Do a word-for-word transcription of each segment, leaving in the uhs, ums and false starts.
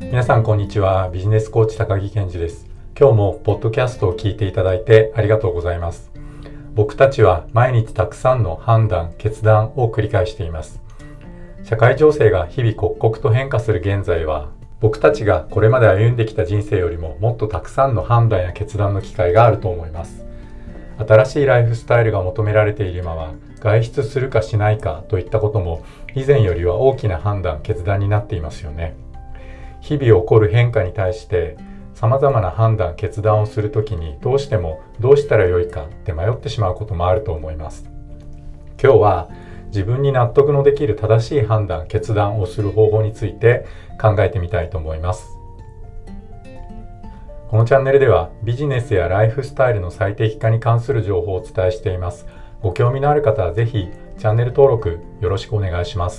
皆さんこんにちは。ビジネスコーチ高木健二です。今日もポッドキャストを聞いていただいてありがとうございます。僕たちは毎日たくさんの判断、決断を繰り返しています。社会情勢が日々刻々と変化する現在は、僕たちがこれまで歩んできた人生よりももっとたくさんの判断や決断の機会があると思います。新しいライフスタイルが求められている今は、外出するかしないかといったことも以前よりは大きな判断、決断になっていますよね。日々起こる変化に対して様々な判断、決断をするときにどうしてもどうしたらよいかって迷ってしまうこともあると思います。今日は自分に納得のできる正しい判断、決断をする方法について考えてみたいと思います。このチャンネルではビジネスやライフスタイルの最適化に関する情報をお伝えしています。ご興味のある方はぜひチャンネル登録よろしくお願いします。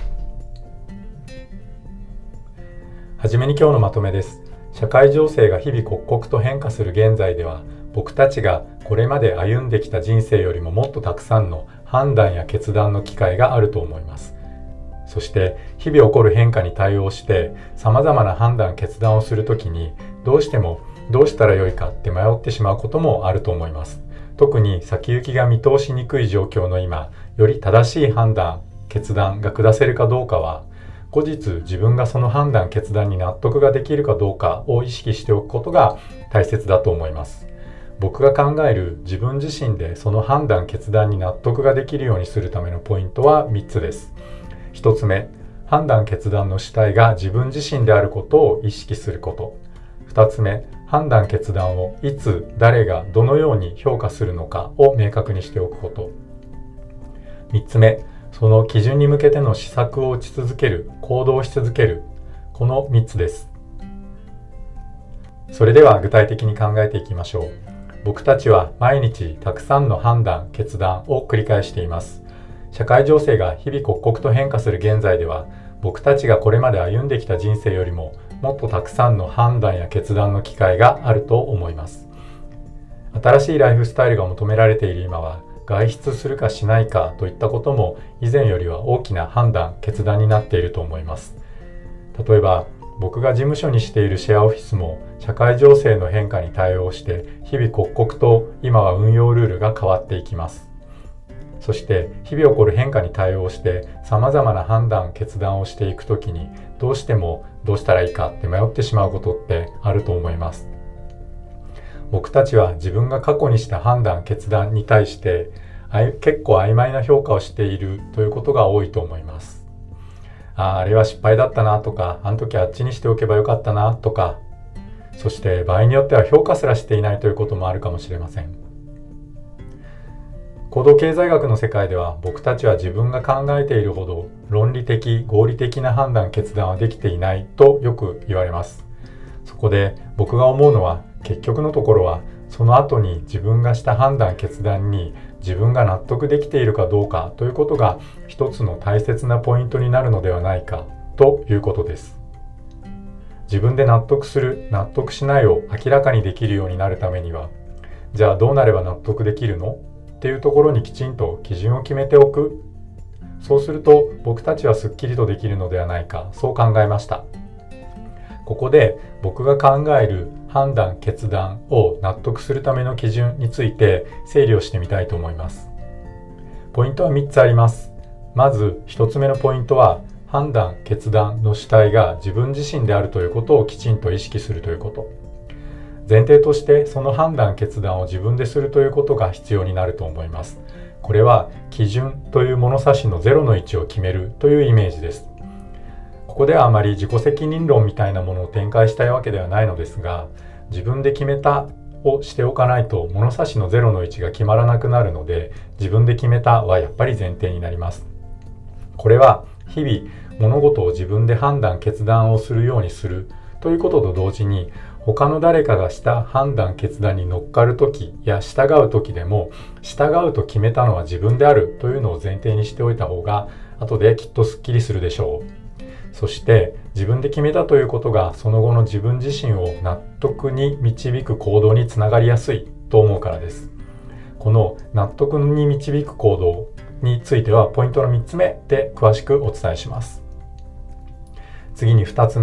はじめに今日のまとめです。社会情勢が日々刻々と変化する現在では、僕たちがこれまで歩んできた人生よりももっとたくさんの判断や決断の機会があると思います。そして日々起こる変化に対応して様々な判断決断をするときにどうしてもどうしたらよいかって迷ってしまうこともあると思います。特に先行きが見通しにくい状況の今、より正しい判断決断が下せるかどうかは後日自分がその判断決断に納得ができるかどうかを意識しておくことが大切だと思います。僕が考える自分自身でその判断決断に納得ができるようにするためのポイントはみっつです。ひとつめ、判断決断の主体が自分自身であることを意識すること。ふたつめ、判断決断をいつ誰がどのように評価するのかを明確にしておくこと。みっつめ、その基準に向けての施策を打ち続ける、行動し続ける、このみっつです。それでは具体的に考えていきましょう。僕たちは毎日たくさんの判断、決断を繰り返しています。社会情勢が日々刻々と変化する現在では、僕たちがこれまで歩んできた人生よりももっとたくさんの判断や決断の機会があると思います。新しいライフスタイルが求められている今は、外出するかしないかといったことも以前よりは大きな判断、決断になっていると思います。例えば、僕が事務所にしているシェアオフィスも社会情勢の変化に対応して日々刻々と今は運用ルールが変わっていきます。そして日々起こる変化に対応して様々な判断、決断をしていくときにどうしてもどうしたらいいかって迷ってしまうことってあると思います。僕たちは自分が過去にした判断、決断に対して結構曖昧な評価をしているということが多いと思います。ああ、あれは失敗だったなとか、あの時あっちにしておけばよかったなとか、そして場合によっては評価すらしていないということもあるかもしれません。行動経済学の世界では僕たちは自分が考えているほど論理的、合理的な判断、決断はできていないとよく言われます。そこで僕が思うのは結局のところはその後に自分がした判断決断に自分が納得できているかどうかということが一つの大切なポイントになるのではないかということです。自分で納得する、納得しないを明らかにできるようになるためには、じゃあどうなれば納得できるのっていうところにきちんと基準を決めておく。そうすると僕たちはすっきりとできるのではないか、そう考えました。ここで僕が考える判断、決断を納得するための基準について整理をしてみたいと思います。ポイントはみっつあります。まずひとつめのポイントは判断、決断の主体が自分自身であるということをきちんと意識するということ。前提としてその判断、決断を自分でするということが必要になると思います。これは基準という物差しのゼロの位置を決めるというイメージです。ここではあまり自己責任論みたいなものを展開したいわけではないのですが、自分で決めたをしておかないと物差しのゼロの位置が決まらなくなるので、自分で決めたはやっぱり前提になります。これは日々物事を自分で判断決断をするようにするということと同時に、他の誰かがした判断決断に乗っかるときや従うときでも、従うと決めたのは自分であるというのを前提にしておいた方が後できっとスッキリするでしょう。そして自分で決めたということがその後の自分自身を納得に導く行動につながりやすいと思うからです。この納得に導く行動についてはポイントのみっつめで詳しくお伝えします。次にふたつめ、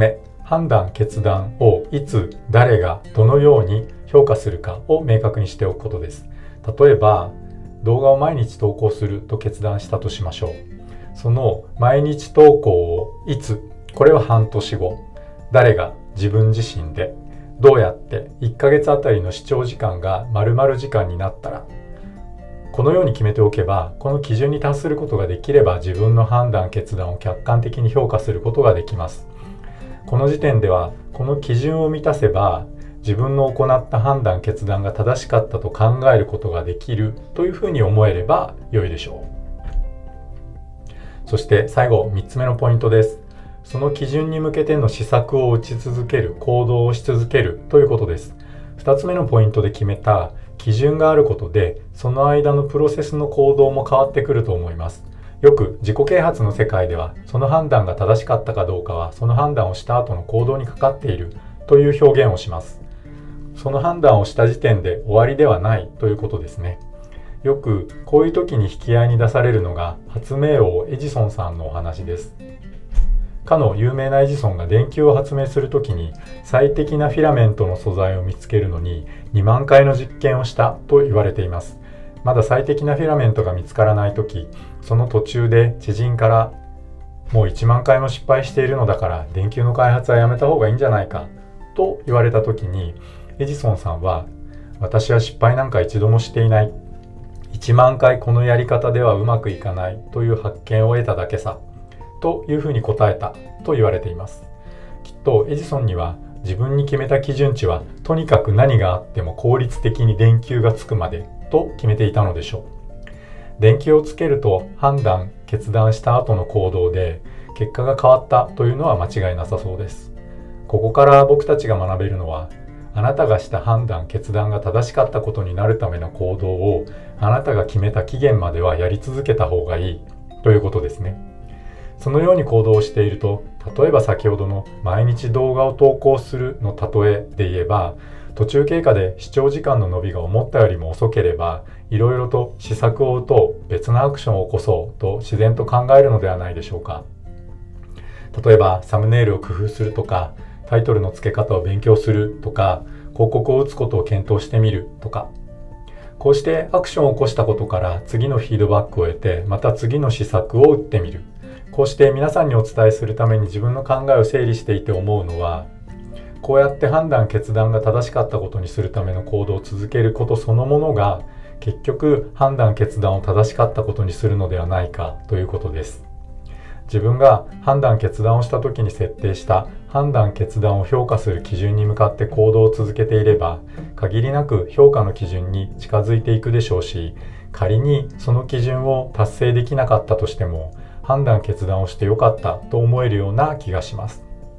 判断決断をいつ誰がどのように評価するかを明確にしておくことです。例えば動画を毎日投稿すると決断したとしましょう。その毎日投稿をいつ、これは半年後、誰が自分自身でどうやっていっかげつあたりの視聴時間が〇〇時間になったら、このように決めておけば、この基準に達することができれば自分の判断決断を客観的に評価することができます。この時点ではこの基準を満たせば自分の行った判断決断が正しかったと考えることができるというふうに思えれば良いでしょう。そして最後みっつめのポイントです。その基準に向けての施策を打ち続ける、行動をし続けるということです。ふたつめのポイントで決めた基準があることで、その間のプロセスの行動も変わってくると思います。よく自己啓発の世界では、その判断が正しかったかどうかはその判断をした後の行動にかかっているという表現をします。その判断をした時点で終わりではないということですね。よくこういう時に引き合いに出されるのが発明王エジソンさんのお話です。かの有名なエジソンが電球を発明するときに最適なフィラメントの素材を見つけるのににまんかいの実験をしたと言われています。まだ最適なフィラメントが見つからないとき、その途中で知人からもういちまんかいも失敗しているのだから電球の開発はやめた方がいいんじゃないかと言われたときに、エジソンさんは私は失敗なんか一度もしていない、いちまんかいこのやり方ではうまくいかないという発見を得ただけさというふうに答えたと言われています。きっとエジソンには自分に決めた基準値はとにかく何があっても効率的に電球がつくまでと決めていたのでしょう。電球をつけると判断決断した後の行動で結果が変わったというのは間違いなさそうです。ここから僕たちが学べるのは、あなたがした判断決断が正しかったことになるための行動をあなたが決めた期限まではやり続けた方がいいということですね。そのように行動をしていると、例えば先ほどの毎日動画を投稿するの例えで言えば、途中経過で視聴時間の伸びが思ったよりも遅ければ、いろいろと施策を打とう、別のアクションを起こそうと自然と考えるのではないでしょうか。例えばサムネイルを工夫するとか、タイトルの付け方を勉強するとか、広告を打つことを検討してみるとか、こうしてアクションを起こしたことから次のフィードバックを得て、また次の施策を打ってみる。こうして皆さんにお伝えするために自分の考えを整理していて思うのは、こうやって判断決断が正しかったことにするための行動を続けることそのものが、結局判断決断を正しかったことにするのではないかということです。自分が判断決断をした時に設定した判断決断を評価する基準に向かって行動を続けていれば、限りなく評価の基準に近づいていくでしょうし、仮にその基準を達成できなかったとしても、判断決断をしてよかったと思えるような気がします。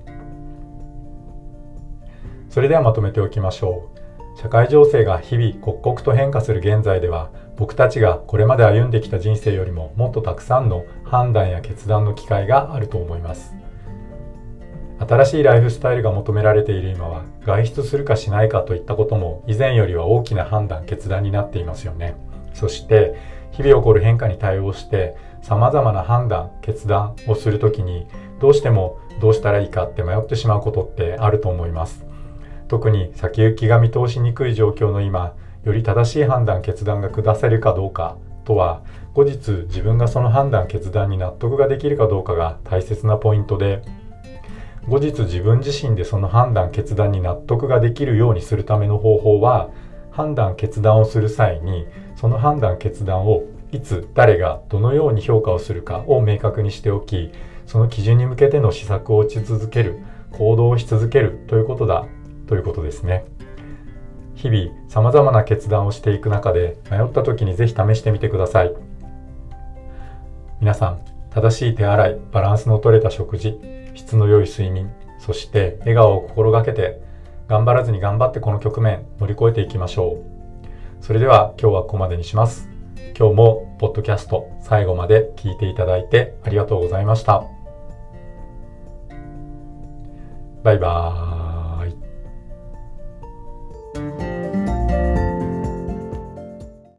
それではまとめておきましょう。社会情勢が日々刻々と変化する現在では、僕たちがこれまで歩んできた人生よりももっとたくさんの判断や決断の機会があると思います。新しいライフスタイルが求められている今は、外出するかしないかといったことも以前よりは大きな判断決断になっていますよね。そして日々起こる変化に対応して様々な判断決断をするときに、どうしてもどうしたらいいかって迷ってしまうことってあると思います。特に先行きが見通しにくい状況の今、より正しい判断決断が下せるかどうかとは、後日自分がその判断決断に納得ができるかどうかが大切なポイントで、後日自分自身でその判断決断に納得ができるようにするための方法は、判断決断をする際にその判断決断をいつ誰がどのように評価をするかを明確にしておき、その基準に向けての施策を打ち続ける、行動をし続けるということだということですね。日々様々な決断をしていく中で、迷った時にぜひ試してみてください。皆さん、正しい手洗い、バランスの取れた食事、質の良い睡眠、そして笑顔を心がけて、頑張らずに頑張ってこの局面乗り越えていきましょう。それでは今日はここまでにします。今日もポッドキャスト最後まで聞いていただいてありがとうございました。バイバーイ。